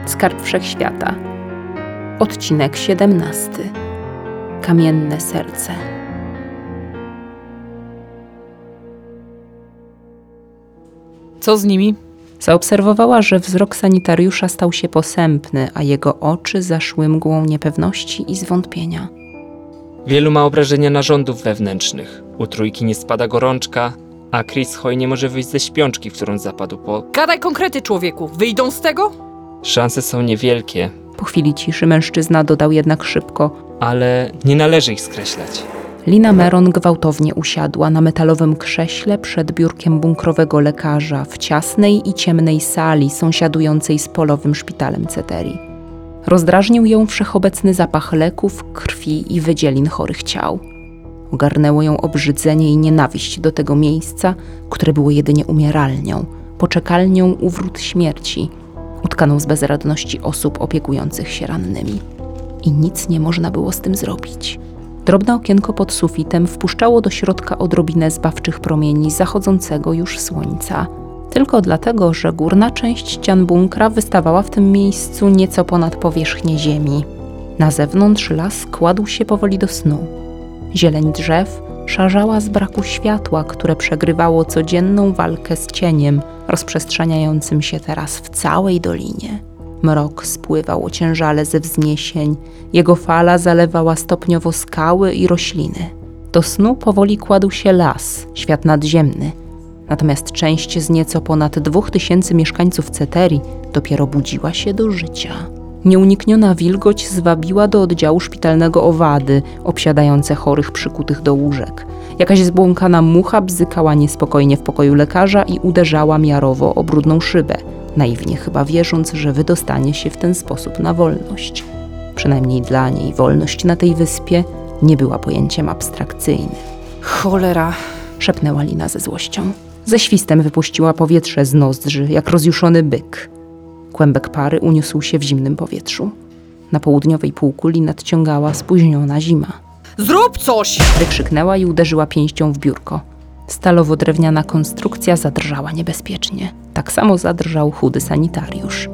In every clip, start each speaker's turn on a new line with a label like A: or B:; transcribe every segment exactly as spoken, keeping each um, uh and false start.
A: Skarb Wszechświata. Odcinek siedemnasty. Kamienne serce.
B: Co z nimi?
A: Zaobserwowała, że wzrok sanitariusza stał się posępny, a jego oczy zaszły mgłą niepewności i zwątpienia.
C: Wielu ma obrażenia narządów wewnętrznych. U trójki nie spada gorączka, a Chris Hoy nie może wyjść ze śpiączki, w którą zapadł po...
B: Gadaj konkrety, człowieku. Wyjdą z tego?
C: Szanse są niewielkie.
A: Po chwili ciszy mężczyzna dodał jednak szybko:
C: ale nie należy ich skreślać.
A: Lina Meron gwałtownie usiadła na metalowym krześle przed biurkiem bunkrowego lekarza w ciasnej i ciemnej sali sąsiadującej z polowym szpitalem Ceterii. Rozdrażnił ją wszechobecny zapach leków, krwi i wydzielin chorych ciał. Ogarnęło ją obrzydzenie i nienawiść do tego miejsca, które było jedynie umieralnią, poczekalnią u wrót śmierci, utkaną z bezradności osób opiekujących się rannymi. I nic nie można było z tym zrobić. Drobne okienko pod sufitem wpuszczało do środka odrobinę zbawczych promieni zachodzącego już słońca. Tylko dlatego, że górna część ścian bunkra wystawała w tym miejscu nieco ponad powierzchnię ziemi. Na zewnątrz las kładł się powoli do snu. Zieleń drzew szarzała z braku światła, które przegrywało codzienną walkę z cieniem, rozprzestrzeniającym się teraz w całej dolinie. Mrok spływał ociężale ze wzniesień, jego fala zalewała stopniowo skały i rośliny. Do snu powoli kładł się las, świat nadziemny. Natomiast część z nieco ponad dwóch tysięcy mieszkańców Ceterii dopiero budziła się do życia. Nieunikniona wilgoć zwabiła do oddziału szpitalnego owady, obsiadające chorych przykutych do łóżek. Jakaś zbłąkana mucha bzykała niespokojnie w pokoju lekarza i uderzała miarowo o brudną szybę, naiwnie chyba wierząc, że wydostanie się w ten sposób na wolność. Przynajmniej dla niej wolność na tej wyspie nie była pojęciem abstrakcyjnym.
B: Cholera,
A: szepnęła Lina ze złością. Ze świstem wypuściła powietrze z nozdrzy, jak rozjuszony byk. Kłębek pary uniósł się w zimnym powietrzu. Na południowej półkuli nadciągała spóźniona zima.
B: Zrób coś!
A: Wykrzyknęła i uderzyła pięścią w biurko. Stalowo-drewniana konstrukcja zadrżała niebezpiecznie. Tak samo zadrżał chudy sanitariusz.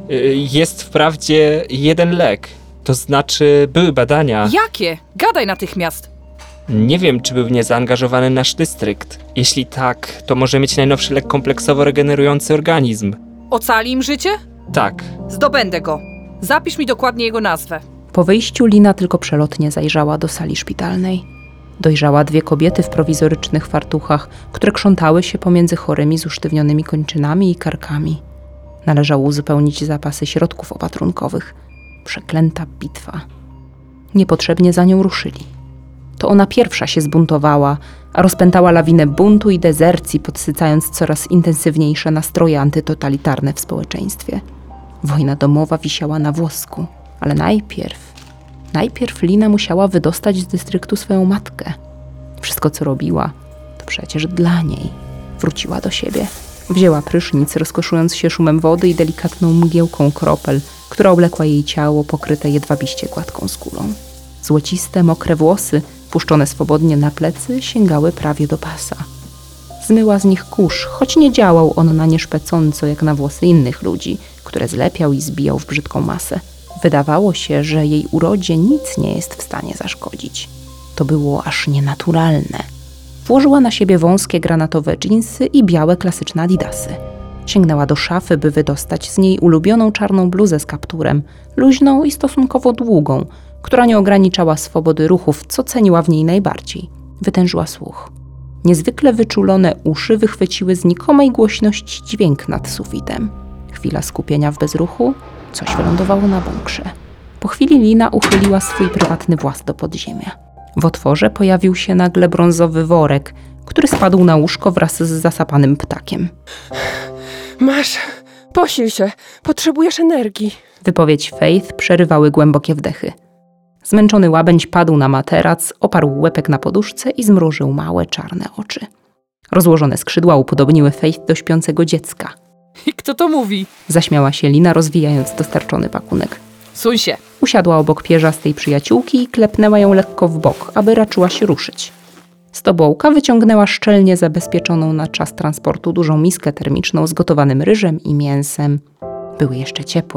C: Jest wprawdzie jeden lek. To znaczy, były badania.
B: Jakie? Gadaj natychmiast.
C: Nie wiem, czy był w nie zaangażowany nasz dystrykt. Jeśli tak, to może mieć najnowszy lek kompleksowo regenerujący organizm.
B: Ocali im życie?
C: Tak.
B: Zdobędę go. Zapisz mi dokładnie jego nazwę.
A: Po wyjściu Lina tylko przelotnie zajrzała do sali szpitalnej. Dojrzała dwie kobiety w prowizorycznych fartuchach, które krzątały się pomiędzy chorymi z usztywnionymi kończynami i karkami. Należało uzupełnić zapasy środków opatrunkowych. Przeklęta bitwa. Niepotrzebnie za nią ruszyli. To ona pierwsza się zbuntowała, a rozpętała lawinę buntu i dezercji, podsycając coraz intensywniejsze nastroje antytotalitarne w społeczeństwie. Wojna domowa wisiała na włosku, ale najpierw, najpierw Lina musiała wydostać z dystryktu swoją matkę. Wszystko, co robiła, to przecież dla niej. Wróciła do siebie. Wzięła prysznic, rozkoszując się szumem wody i delikatną mgiełką kropel, która oblekła jej ciało pokryte jedwabiście gładką skórą. Złociste, mokre włosy, puszczone swobodnie na plecy, sięgały prawie do pasa. Zmyła z nich kurz, choć nie działał on na nie szpecąco jak na włosy innych ludzi, które zlepiał i zbijał w brzydką masę. Wydawało się, że jej urodzie nic nie jest w stanie zaszkodzić. To było aż nienaturalne. Włożyła na siebie wąskie granatowe dżinsy i białe klasyczne adidasy. Sięgnęła do szafy, by wydostać z niej ulubioną czarną bluzę z kapturem, luźną i stosunkowo długą, która nie ograniczała swobody ruchów, co ceniła w niej najbardziej. Wytężyła słuch. Niezwykle wyczulone uszy wychwyciły znikomej głośności dźwięk nad sufitem. Chwila skupienia w bezruchu, coś wylądowało na bunkrze. Po chwili Lina uchyliła swój prywatny włas do podziemia. W otworze pojawił się nagle brązowy worek, który spadł na łóżko wraz z zasapanym ptakiem.
D: Masz, posil się, potrzebujesz energii.
A: Wypowiedź Faith przerywały głębokie wdechy. Zmęczony łabędź padł na materac, oparł łepek na poduszce i zmrużył małe, czarne oczy. Rozłożone skrzydła upodobniły Faith do śpiącego dziecka.
B: I kto to mówi?
A: Zaśmiała się Lina, rozwijając dostarczony pakunek.
B: Suń się.
A: Usiadła obok pierzastej przyjaciółki i klepnęła ją lekko w bok, aby raczyła się ruszyć. Z tobołka wyciągnęła szczelnie zabezpieczoną na czas transportu dużą miskę termiczną z gotowanym ryżem i mięsem. Były jeszcze ciepłe.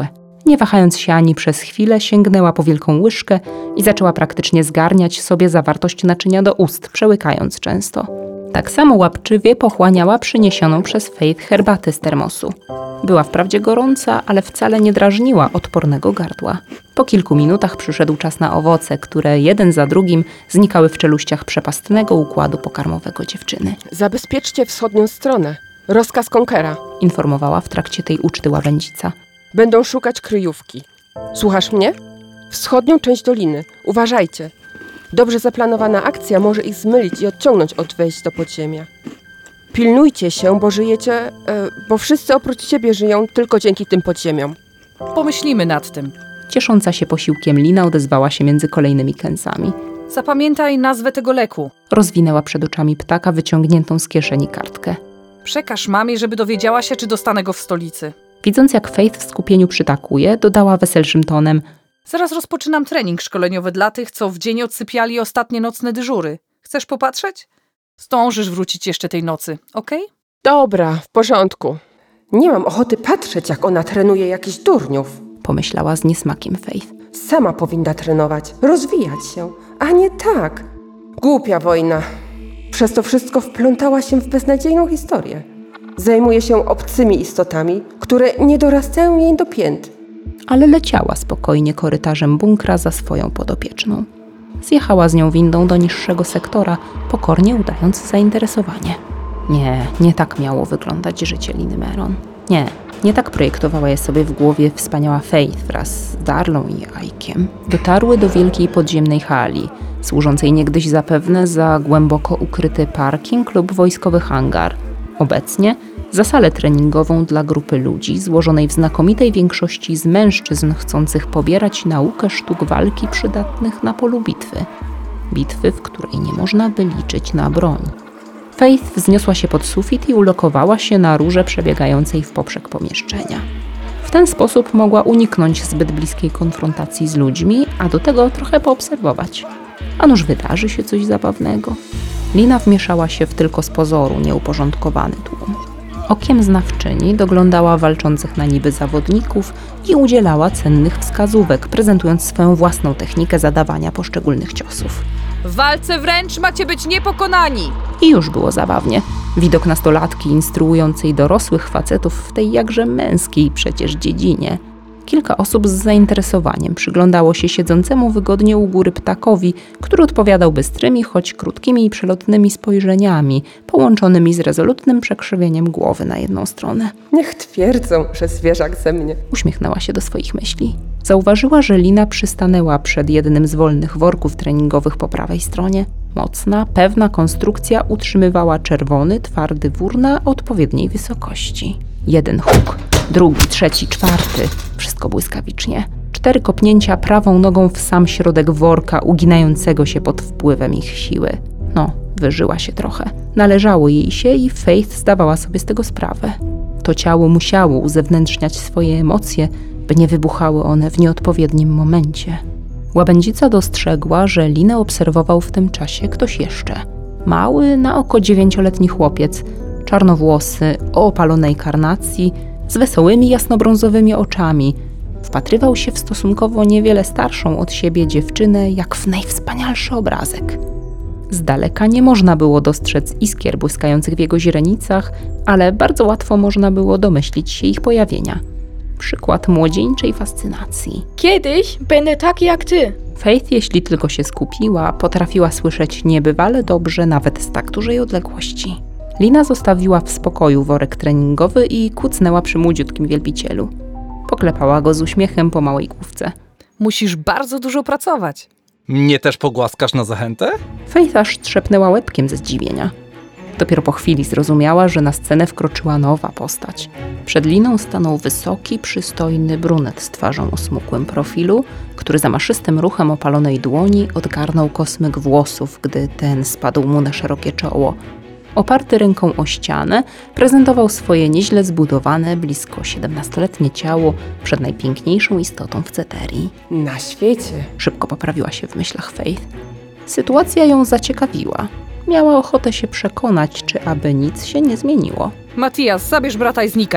A: Nie wahając się ani przez chwilę, sięgnęła po wielką łyżkę i zaczęła praktycznie zgarniać sobie zawartość naczynia do ust, przełykając często. Tak samo łapczywie pochłaniała przyniesioną przez Faith herbatę z termosu. Była wprawdzie gorąca, ale wcale nie drażniła odpornego gardła. Po kilku minutach przyszedł czas na owoce, które jeden za drugim znikały w czeluściach przepastnego układu pokarmowego dziewczyny.
D: Zabezpieczcie wschodnią stronę. Rozkaz Konkera.
A: Informowała w trakcie tej uczty łabędzica.
D: Będą szukać kryjówki. Słuchasz mnie? Wschodnią część doliny. Uważajcie. Dobrze zaplanowana akcja może ich zmylić i odciągnąć od wejść do podziemia. Pilnujcie się, bo żyjecie, e, bo wszyscy oprócz ciebie żyją tylko dzięki tym podziemiom.
B: Pomyślimy nad tym.
A: Ciesząca się posiłkiem Lina odezwała się między kolejnymi kęsami.
B: Zapamiętaj nazwę tego leku.
A: Rozwinęła przed oczami ptaka wyciągniętą z kieszeni kartkę.
B: Przekaż mamie, żeby dowiedziała się, czy dostanę go w stolicy.
A: Widząc, jak Faith w skupieniu przytakuje, dodała weselszym tonem:
B: Zaraz rozpoczynam trening szkoleniowy dla tych, co w dzień odsypiali ostatnie nocne dyżury. Chcesz popatrzeć? Zdążysz wrócić jeszcze tej nocy, okej?
D: Dobra, w porządku. Nie mam ochoty patrzeć, jak ona trenuje jakichś durniów.
A: pomyślała z niesmakiem Faith.
D: Sama powinna trenować, rozwijać się, a nie tak. Głupia wojna. Przez to wszystko wplątała się w beznadziejną historię. Zajmuje się obcymi istotami, które nie dorastają jej do pięt.
A: Ale leciała spokojnie korytarzem bunkra za swoją podopieczną. Zjechała z nią windą do niższego sektora, pokornie udając zainteresowanie. Nie, nie tak miało wyglądać życie Liny Meron. Nie, nie tak projektowała je sobie w głowie wspaniała Faith wraz z Darlą i Ajkiem. Dotarły do wielkiej podziemnej hali, służącej niegdyś zapewne za głęboko ukryty parking lub wojskowy hangar. Obecnie za salę treningową dla grupy ludzi złożonej w znakomitej większości z mężczyzn chcących pobierać naukę sztuk walki przydatnych na polu bitwy. Bitwy, w której nie można by liczyć na broń. Faith wzniosła się pod sufit i ulokowała się na rurze przebiegającej w poprzek pomieszczenia. W ten sposób mogła uniknąć zbyt bliskiej konfrontacji z ludźmi, a do tego trochę poobserwować. A nuż wydarzy się coś zabawnego. Lina wmieszała się w tylko z pozoru nieuporządkowany tłum. Okiem znawczyni doglądała walczących na niby zawodników i udzielała cennych wskazówek, prezentując swoją własną technikę zadawania poszczególnych ciosów.
B: W walce wręcz macie być niepokonani!
A: I już było zabawnie. Widok nastolatki instruującej dorosłych facetów w tej jakże męskiej przecież dziedzinie. Kilka osób z zainteresowaniem przyglądało się siedzącemu wygodnie u góry ptakowi, który odpowiadał bystrymi, choć krótkimi i przelotnymi spojrzeniami, połączonymi z rezolutnym przekrzywieniem głowy na jedną stronę.
D: Niech twierdzą, że zwierzak ze mnie.
A: Uśmiechnęła się do swoich myśli. Zauważyła, że Lina przystanęła przed jednym z wolnych worków treningowych po prawej stronie. Mocna, pewna konstrukcja utrzymywała czerwony, twardy wór na odpowiedniej wysokości. Jeden huk, drugi, trzeci, czwarty. Wszystko błyskawicznie. Cztery kopnięcia prawą nogą w sam środek worka, uginającego się pod wpływem ich siły. No, wyżyła się trochę. Należało jej się i Faith zdawała sobie z tego sprawę. To ciało musiało uzewnętrzniać swoje emocje, by nie wybuchały one w nieodpowiednim momencie. Łabędzica dostrzegła, że Linę obserwował w tym czasie ktoś jeszcze. Mały, na oko dziewięcioletni chłopiec, czarnowłosy, o opalonej karnacji, z wesołymi jasnobrązowymi oczami. Wpatrywał się w stosunkowo niewiele starszą od siebie dziewczynę jak w najwspanialszy obrazek. Z daleka nie można było dostrzec iskier błyskających w jego źrenicach, ale bardzo łatwo można było domyślić się ich pojawienia. Przykład młodzieńczej fascynacji.
E: Kiedyś będę taki jak ty.
A: Faith, jeśli tylko się skupiła, potrafiła słyszeć niebywale dobrze nawet z tak dużej odległości. Lina zostawiła w spokoju worek treningowy i kucnęła przy młodziutkim wielbicielu. Poklepała go z uśmiechem po małej główce.
B: Musisz bardzo dużo pracować.
F: Mnie też pogłaskasz na zachętę?
A: Faith aż trzepnęła łebkiem ze zdziwienia. Dopiero po chwili zrozumiała, że na scenę wkroczyła nowa postać. Przed Liną stanął wysoki, przystojny brunet z twarzą o smukłym profilu, który zamaszystym ruchem opalonej dłoni odgarnął kosmyk włosów, gdy ten spadł mu na szerokie czoło. Oparty ręką o ścianę, prezentował swoje nieźle zbudowane, blisko siedemnastoletnie ciało przed najpiękniejszą istotą w Ceterii.
D: Na świecie.
A: Szybko poprawiła się w myślach Faith. Sytuacja ją zaciekawiła. Miała ochotę się przekonać, czy aby nic się nie zmieniło.
B: Matias, zabierz brata i znikaj.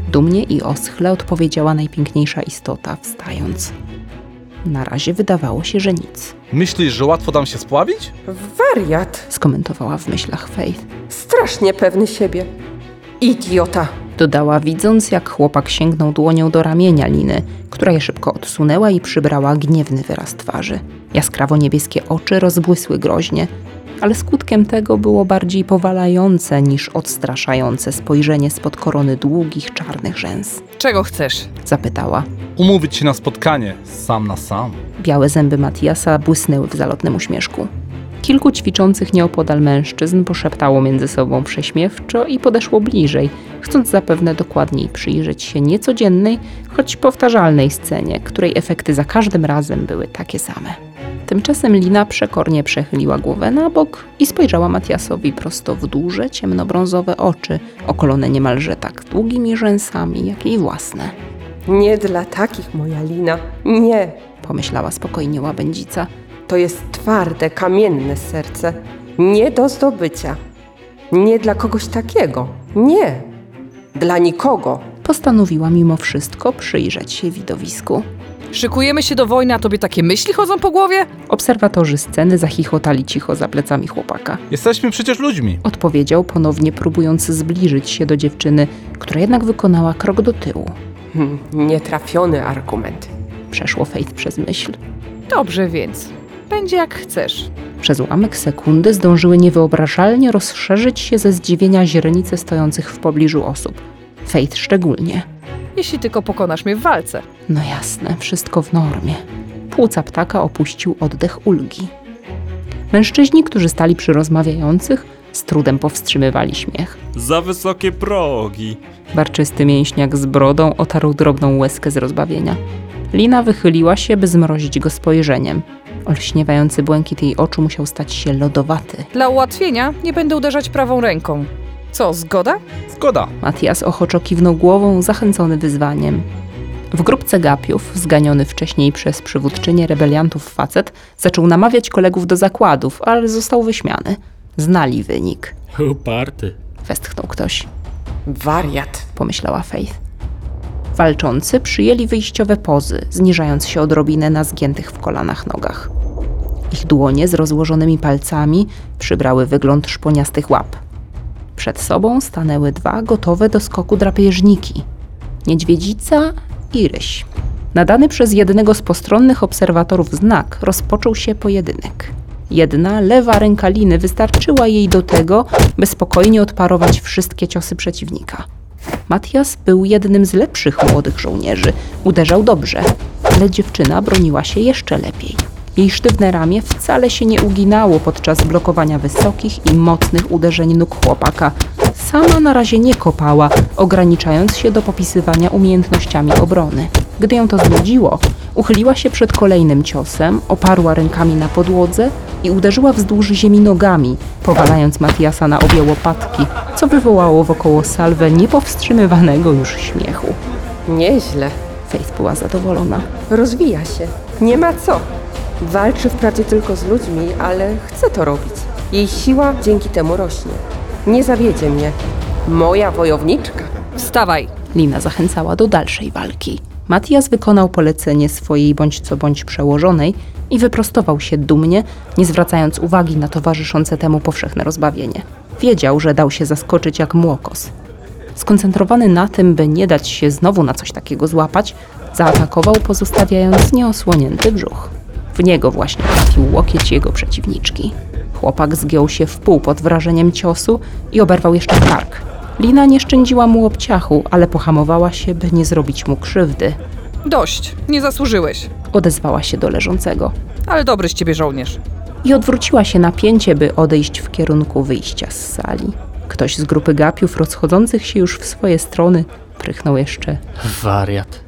A: Dumnie i oschle odpowiedziała najpiękniejsza istota, wstając. Na razie wydawało się, że nic.
F: Myślisz, że łatwo dam się spławić?
D: Wariat.
A: Skomentowała w myślach Faith.
D: Strasznie pewny siebie. Idiota.
A: Dodała, widząc, jak chłopak sięgnął dłonią do ramienia Liny, która je szybko odsunęła i przybrała gniewny wyraz twarzy. Jaskrawo-niebieskie oczy rozbłysły groźnie, ale skutkiem tego było bardziej powalające niż odstraszające spojrzenie spod korony długich, czarnych rzęs.
B: Czego chcesz?
A: Zapytała.
F: Umówić się na spotkanie, sam na sam.
A: Białe zęby Matiasa błysnęły w zalotnym uśmieszku. Kilku ćwiczących nieopodal mężczyzn poszeptało między sobą prześmiewczo i podeszło bliżej, chcąc zapewne dokładniej przyjrzeć się niecodziennej, choć powtarzalnej scenie, której efekty za każdym razem były takie same. Tymczasem Lina przekornie przechyliła głowę na bok i spojrzała Matiasowi prosto w duże, ciemnobrązowe oczy, okolone niemalże tak długimi rzęsami, jak jej własne.
D: Nie dla takich, moja Lina. Nie.
A: Pomyślała spokojnie łabędzica.
D: To jest twarde, kamienne serce. Nie do zdobycia. Nie dla kogoś takiego. Nie. Dla nikogo.
A: Postanowiła mimo wszystko przyjrzeć się widowisku.
B: Szykujemy się do wojny, a tobie takie myśli chodzą po głowie?
A: Obserwatorzy sceny zachichotali cicho za plecami chłopaka.
F: Jesteśmy przecież ludźmi.
A: Odpowiedział, ponownie próbując zbliżyć się do dziewczyny, która jednak wykonała krok do tyłu.
D: Hmm, nietrafiony argument.
A: Przeszło Faith przez myśl.
B: Dobrze więc. Będzie jak chcesz.
A: Przez ułamek sekundy zdążyły niewyobrażalnie rozszerzyć się ze zdziwienia źrenice stojących w pobliżu osób. Faith szczególnie.
B: Jeśli tylko pokonasz mnie w walce.
A: No jasne, wszystko w normie. Płuca ptaka opuścił oddech ulgi. Mężczyźni, którzy stali przy rozmawiających, z trudem powstrzymywali śmiech.
G: Za wysokie progi.
A: Barczysty mięśniak z brodą otarł drobną łezkę z rozbawienia. Lina wychyliła się, by zmrozić go spojrzeniem. Olśniewający błękit jej oczu musiał stać się lodowaty.
B: Dla ułatwienia nie będę uderzać prawą ręką. Co, zgoda?
F: Zgoda.
A: Matias ochoczo kiwnął głową, zachęcony wyzwaniem. W grupce gapiów, zganiony wcześniej przez przywódczynię rebeliantów facet, zaczął namawiać kolegów do zakładów, ale został wyśmiany. Znali wynik.
G: Uparty.
A: Westchnął ktoś.
D: Wariat.
A: Pomyślała Faith. Walczący przyjęli wyjściowe pozy, zniżając się odrobinę na zgiętych w kolanach nogach. Ich dłonie z rozłożonymi palcami przybrały wygląd szponiastych łap. Przed sobą stanęły dwa gotowe do skoku drapieżniki. Niedźwiedzica i ryś. Nadany przez jednego z postronnych obserwatorów znak rozpoczął się pojedynek. Jedna lewa ręka Liny wystarczyła jej do tego, by spokojnie odparować wszystkie ciosy przeciwnika. Matias był jednym z lepszych młodych żołnierzy. Uderzał dobrze, ale dziewczyna broniła się jeszcze lepiej. Jej sztywne ramię wcale się nie uginało podczas blokowania wysokich i mocnych uderzeń nóg chłopaka. Sama na razie nie kopała, ograniczając się do popisywania umiejętnościami obrony. Gdy ją to znudziło, uchyliła się przed kolejnym ciosem, oparła rękami na podłodze i uderzyła wzdłuż ziemi nogami, powalając Matiasa na obie łopatki, co wywołało wokoło salwę niepowstrzymywanego już śmiechu.
D: Nieźle.
A: Faith była zadowolona.
D: Rozwija się. Nie ma co. Walczy wprawdzie tylko z ludźmi, ale chce to robić. Jej siła dzięki temu rośnie. Nie zawiedzie mnie. Moja wojowniczka.
B: Wstawaj.
A: Lina zachęcała do dalszej walki. Matias wykonał polecenie swojej bądź co bądź przełożonej i wyprostował się dumnie, nie zwracając uwagi na towarzyszące temu powszechne rozbawienie. Wiedział, że dał się zaskoczyć jak młokos. Skoncentrowany na tym, by nie dać się znowu na coś takiego złapać, zaatakował, pozostawiając nieosłonięty brzuch. W niego właśnie trafił łokieć jego przeciwniczki. Chłopak zgiął się w pół pod wrażeniem ciosu i oberwał jeszcze kark. Lina nie szczędziła mu obciachu, ale pohamowała się, by nie zrobić mu krzywdy.
B: Dość. Nie zasłużyłeś.
A: Odezwała się do leżącego
B: Ale dobry z ciebie żołnierz.
A: i odwróciła się napięcie, by odejść w kierunku wyjścia z sali. Ktoś z grupy gapiów rozchodzących się już w swoje strony prychnął jeszcze.
G: Wariat.